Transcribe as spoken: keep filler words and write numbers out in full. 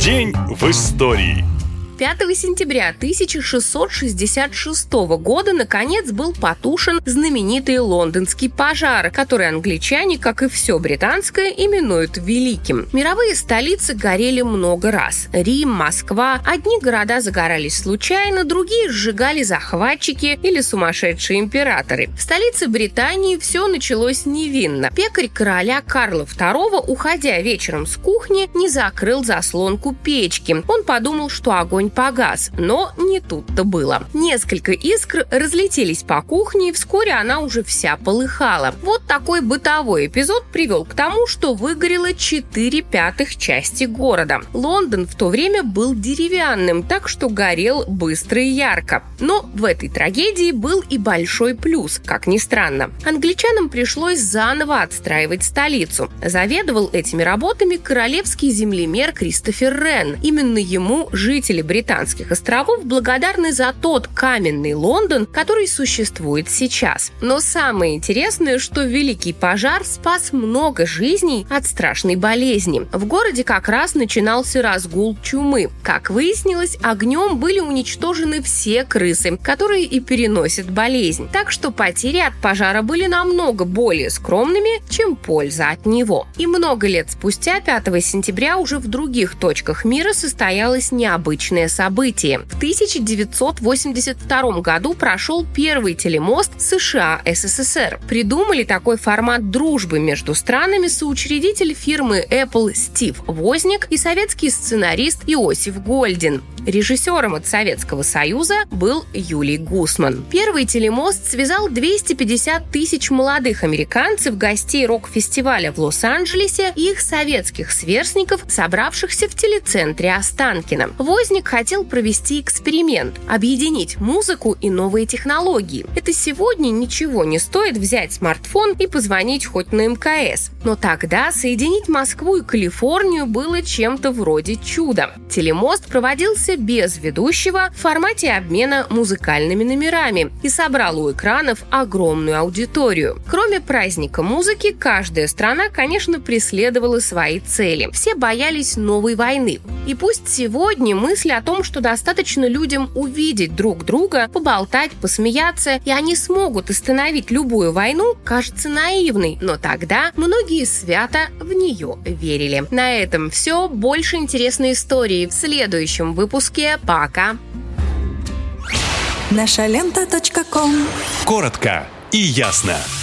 День в истории. пятого сентября тысяча шестьсот шестьдесят шестого года наконец был потушен знаменитый лондонский пожар, который англичане, как и все британское, именуют Великим. Мировые столицы горели много раз. Рим, Москва. Одни города загорались случайно, другие сжигали захватчики или сумасшедшие императоры. В столице Британии все началось невинно. Пекарь короля Карла второго, уходя вечером с кухни, не закрыл заслонку печки. Он подумал, что огонь погас, но не тут-то было. Несколько искр разлетелись по кухне, и вскоре она уже вся полыхала. Вот такой бытовой эпизод привел к тому, что выгорело четыре пятых части города. Лондон в то время был деревянным, так что горел быстро и ярко. Но в этой трагедии был и большой плюс, как ни странно. Англичанам пришлось заново отстраивать столицу. Заведовал этими работами королевский землемер Кристофер Рен. Именно ему жители Британии Британских островов благодарны за тот каменный Лондон, который существует сейчас. Но самое интересное, что Великий пожар спас много жизней от страшной болезни. В городе как раз начинался разгул чумы. Как выяснилось, огнем были уничтожены все крысы, которые и переносят болезнь. Так что потери от пожара были намного более скромными, чем польза от него. И много лет спустя, пятого сентября, уже в других точках мира состоялось необычное событие. В тысяча девятьсот восемьдесят втором году прошел первый телемост США-эс эс эс эр. Придумали такой формат дружбы между странами соучредитель фирмы Apple Стив Возняк и советский сценарист Иосиф Гольдин. Режиссером от Советского Союза был Юлий Гусман. Первый телемост связал двести пятьдесят тысяч молодых американцев, гостей рок-фестиваля в Лос-Анджелесе и их советских сверстников, собравшихся в телецентре Останкино. Возняк хотел провести эксперимент – объединить музыку и новые технологии. Это сегодня ничего не стоит взять смартфон и позвонить хоть на эм ка эс. Но тогда соединить Москву и Калифорнию было чем-то вроде чуда. Телемост проводился без ведущего в формате обмена музыкальными номерами и собрал у экранов огромную аудиторию. Кроме праздника музыки, каждая страна, конечно, преследовала свои цели. Все боялись новой войны. И пусть сегодня мысль о том, что достаточно людям увидеть друг друга, поболтать, посмеяться, и они смогут остановить любую войну, кажется наивной, но тогда многие свято в нее верили. На этом все. Больше интересной истории в следующем выпуске. Пока! наша лента точка ком. Коротко и ясно.